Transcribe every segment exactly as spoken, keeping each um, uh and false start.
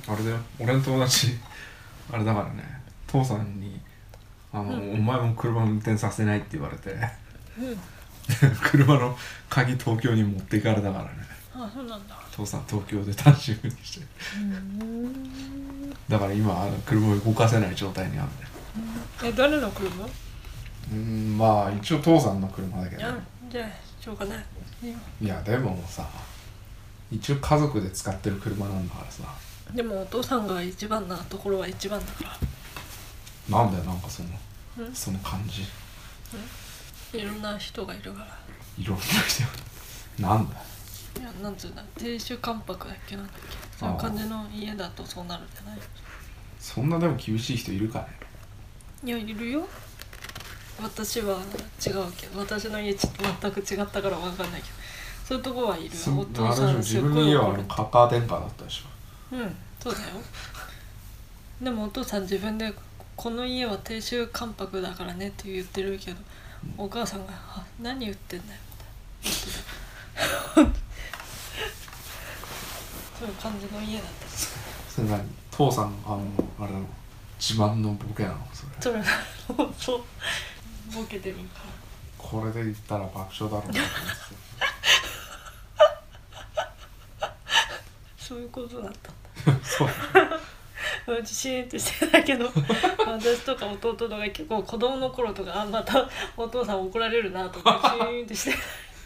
あれだよ、俺の友達あれだからね、父さんにあの、うん、お前も車運転させないって言われて、うん、車の鍵東京に持っていかれたからね。 あ、そうなんだ。 父さん東京で単身赴任して、うーん、だから今あの車を動かせない状態にあるんだよ。 え、誰の車？ うーん、まあ一応父さんの車だけど、ね、 じゃあしょうがない。 いやでもさ、一応家族で使ってる車なんだからさ。 でもお父さんが一番なところは一番だから。なんだよ、なんかそのその感じ。 いろんな人がいるから。 いろんな人なんだよ。 いや、なんつうんだ、亭主関白だっけ、なんだっけ、そういう感じの家だとそうなるんじゃない？ そんなでも厳しい人いるかね。 いや、いるよ。私は違うけど、私の家ちょっと全く違ったから分かんないけど、そういうとこはいる。お父さん自分の家はカカア殿下だったでしょ。うん、そうだよ。でもお父さん自分でこの家は亭主関白だからねって言ってるけど、うん、お母さんが「何言ってんだよ」みたいなそういう感じの家だった。 それ何、父さんあのあれの自慢のボケなのそれ？ それそうボケてるから。 これで言ったら爆笑だろうなと思ってそういうことだったんだそう自信ってしてたけど私とか弟とか結構子供の頃とか、あ、またお父さん怒られるなとかシーンってして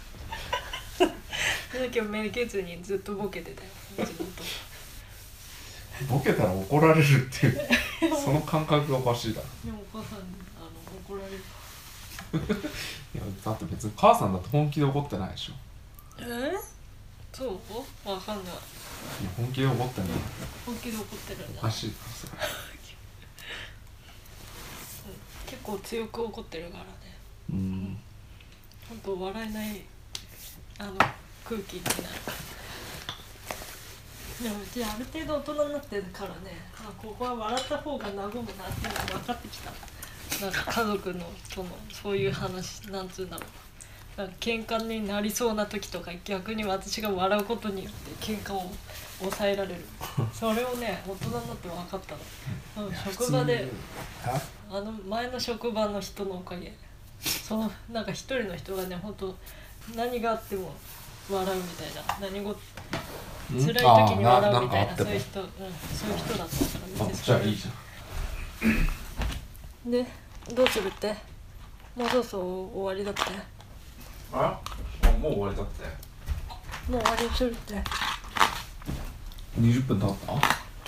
だけどめげずにずっとボケてたよ、自分と。 ボケたら怒られるっていうその感覚がおかしいだろ。 でもお母さんにあの怒られるいやだって別に母さんだって本気で怒ってないでしょ。 えー、そう？わかんない。 いや本気で怒ってない。 本気で怒ってるんだ。 おかしいからそれ結構強く怒ってるからね。 うん。 ほんと笑えないあの空気になる。でもうちある程度大人になってるからね、あ、ここは笑った方が和むなっていうのが分かってきた。なんか家族のそのそういう話、なんつうんだろう、なんか喧嘩になりそうな時とか逆に私が笑うことによって喧嘩を抑えられるそれをね大人になって分かったの。職場であの前の職場の人のおかげ、そうなんか一人の人がね、本当何があっても笑うみたいな、何事辛い時に笑うみたいな、そういう人、うん、そういう人だったから。 あ、じゃあいいじゃん。で、どうするって？もうそろそろ終わりだって。 あ？もう終わりだって。 もう終わりにするって。 にじゅっぷん経った？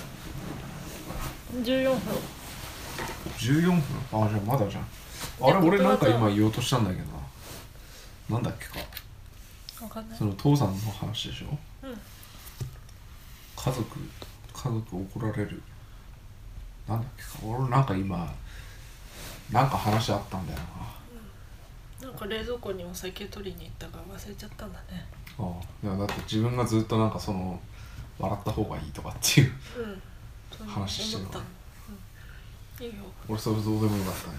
じゅうよんぷん。 じゅうよんぷん？あ、じゃあまだじゃん。あれ、俺なんか今言おうとしたんだけどな。なんだっけか。 わかんない。 その父さんの話でしょ？ うん。 家族、家族怒られる。なんだっけか。俺なんか今、なんか話あったんだよな。 うん、なんか冷蔵庫にお酒取りに行ったから忘れちゃったんだね。 ああ、いやだって自分がずっとなんかその笑った方がいいとかっていう、うん、話してるの、うん、いいよ。俺それどうでもよかったね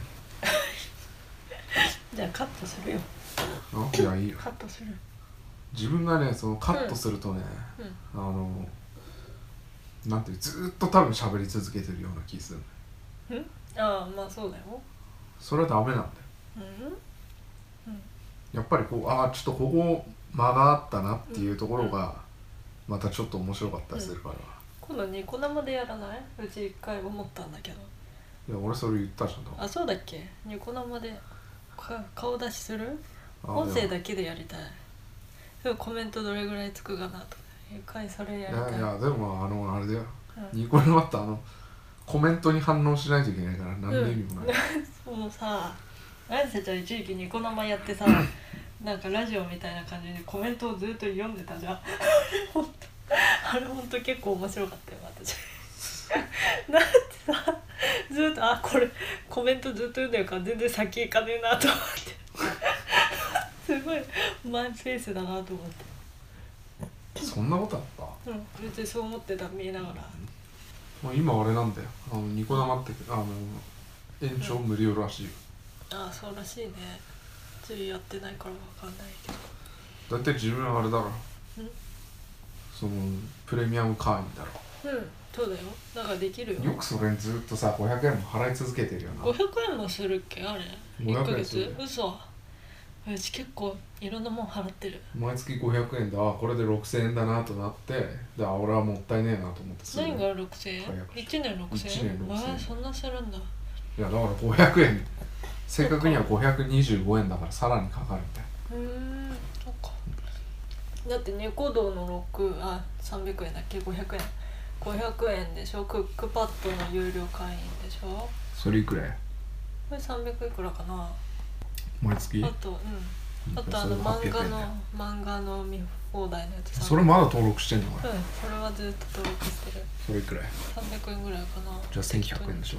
じゃあカットするよ。 あ、いやいいよ。 カットする。自分がね、そのカットするとね、うん、あのなんていう、ずっと多分喋り続けてるような気する。 ん？ああ、まあそうだよ。 それはダメなんだよ。うん、うん、やっぱりこう、ああちょっとここ間があったなっていうところがまたちょっと面白かったりするから、うん、 今度ニコ生でやらない？うち一回思ったんだけど。 いや俺それ言ったじゃん。 あ、そうだっけ？ニコ生で顔出しする？音声だけでやりたい。コメントどれぐらいつくかなと。一回それやりたい。 いやいやでもあのあれだよ、うん、ニコ生ってあのコメントに反応しないといけないから何の意味もない、 うん、そのさ、あやせちゃん一時期ニコ生やってさなんかラジオみたいな感じでコメントをずっと読んでたじゃんあれほんと結構面白かったよ私なんてさ、ずっとあこれコメントずっと読んでるから全然先行かねえなと思ってすごいマイペースだなと思って。 そんなことあった？ うん、別にそう思ってた見えながら、 うん、今あれなんだよ、あのニコ生ってあの延長無料らしいよ、 うん、ああそうらしいね。ついやってないからわかんないけど。 だって自分あれだろ、うん、そのプレミアム会員だろ。 うんそうだよだからできるよよくそれにずっとさごひゃくえんも払い続けてるよな。 ごひゃくえんもするっけあれごひゃくえんいっかげするつ嘘うち結構いろんなもん払ってる毎月ごひゃくえんで、あこれでろくせんえんだなとなって、であ俺はもったいねえなと思ってすぐ何がろくせんえん解約いちねんろくせんえんいちねんろくせんえんあそんなするんだいやだからごひゃくえん正確にはごひゃくにじゅうごえんだからさらにかかるんだよ。 うーんそっかだって猫堂のろくあさんびゃくえんだっけごひゃくえんごひゃくえんでしょクックパッドの有料会員でしょそれいくらいこれさんびゃくいくらかな毎月あとうんあとあの漫画の漫画の見放題のやつそれまだ登録してんのこれ、 うんそれはずっと登録してるそれいくらいさんびゃくえんぐらいかなじゃあせんひゃくえんでしょ。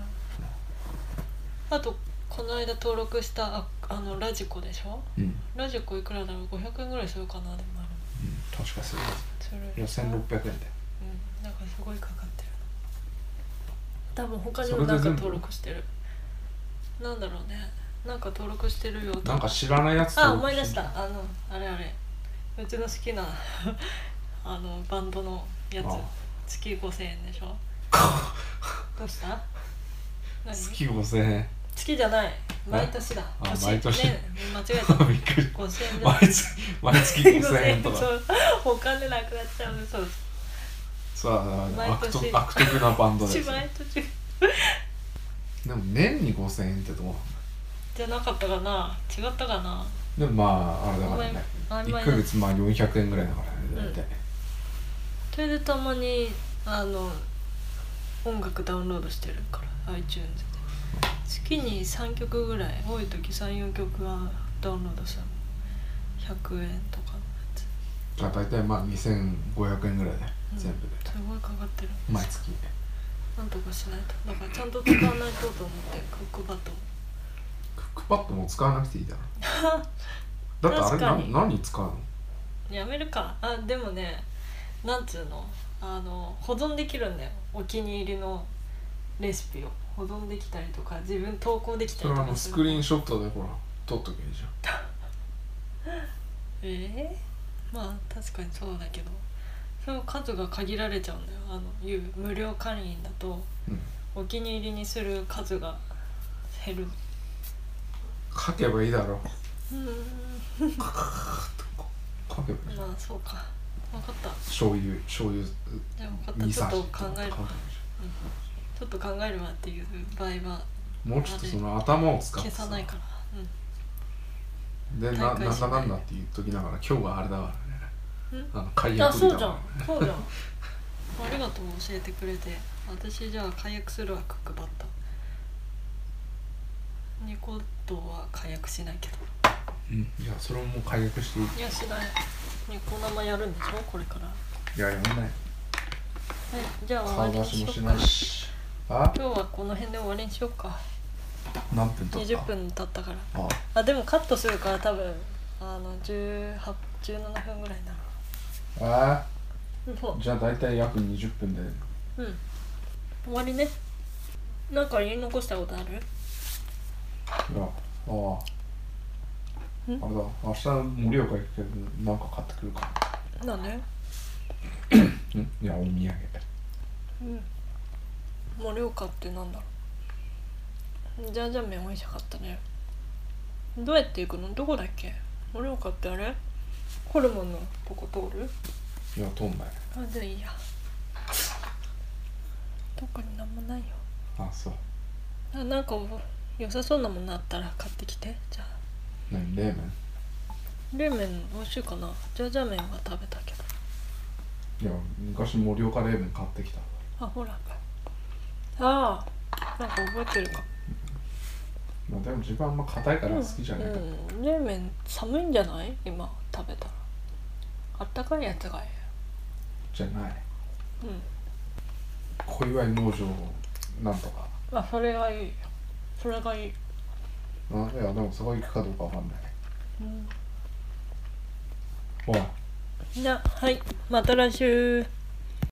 うんあとこの間登録したああのラジコでしょうん、うん、 ラジコいくらだろうごひゃくえんぐらいするかなでもある確かする。 それいやせんろっぴゃくえんでうんなんかすごいかかってる多分他にもなんか登録してるなんだろうねなんか登録してるよなんか知らないやつあ登録して思い出したあのあれあれうちの好きなあのバンドのやつあ月ごせんえんでしょどうした何月ごせんえん月じゃない毎年だあ毎年ね間違えたびっくりごせんえんだ毎月毎月ごせんえんとかそうお金なくなっちゃうそうさあ悪毎年徳悪徳なバンドです、 毎ね、 年でも年にごせんえんってどうなんだ。 じゃなかったかな違ったかなでもまああれだからねごめんいっかげつまあよんひゃくえんぐらいだからね大体、 それでたまにあの音楽ダウンロードしてるから iTunes で月にさんきょくぐらい多い時さんよんきょくはダウンロードするひゃくえんとかのやつじゃあ大体まあにせんごひゃくえんぐらいで、うん、全部ですごいかかってる毎月なんとかしないとだからちゃんと使わないとと思ってクックパッドクックパッドも使わなくていいだろだってあれな何に使うの。 やめるかあでもねなんつうのあの保存できるんだよお気に入りのレシピを保存できたりとか自分投稿できたそれはもうりとかするスクリーンショットでほら撮っとけばいいじゃんえー、まあ確かにそうだけどその数が限られちゃうんだよあのいう無料会員だと、 うん、 お気に入りにする数が減る書けばいいだろうーん書けばいいじゃん。 まあそうか分かった醤油醤油じゃあ分かったちょっと考えるわ、うん、ちょっと考えるわっていう場合はもうちょっとその頭を使って消さないから、 うん、でななんだかんだって言っときながら今日はあれだからね、うん、あの解約日だから、ね、 あそうじゃんそうじゃんありがとう教えてくれて私じゃあ解約するわクックパッドニコ動は解約しないけどうんいやそれももう解約していい。 いやしないニコ生やるんでしょこれから。 いややんない。はいじゃあ終わりにしようか。 顔出しもしないし。あ今日はこの辺で終わりにしようか。 何分経った。 にじゅっぷん経ったから。 ああでもカットするから多分あのじゅうはち、じゅうななふんぐらいになる。 あうんじゃあ大体約にじゅっぷんで。 うん終わりね。なんか言い残したことある？ いやあああれだ明日盛岡行くけどなんか買ってくるか。 なんで？ うんいやお土産。 うん盛岡ってなんだろう。じゃじゃ麺美味しかったね。どうやって行くの？どこだっけ？盛岡ってあれ？ホルモンのとこ通る？ いや通んない。 あじゃあいいや。特になんもないよ。 あそうあなんか良さそうなものあったら買ってきて。じゃあ何冷麺。 冷麺美味しいかな。じゃじゃ麺は食べたけど。 いや昔盛岡冷麺買ってきた。 あほらああなんか覚えてるか。 まあでも自分あんま硬いから好きじゃないから、 うんうん、冷麺寒いんじゃない？今食べたらあったかいやつがいい。 じゃない。 うん小祝農場なんとか。 あそれがいい。それがいい。 あいやでもそこ行くかどうかわかんない。 うんおいじゃあはいまた来週。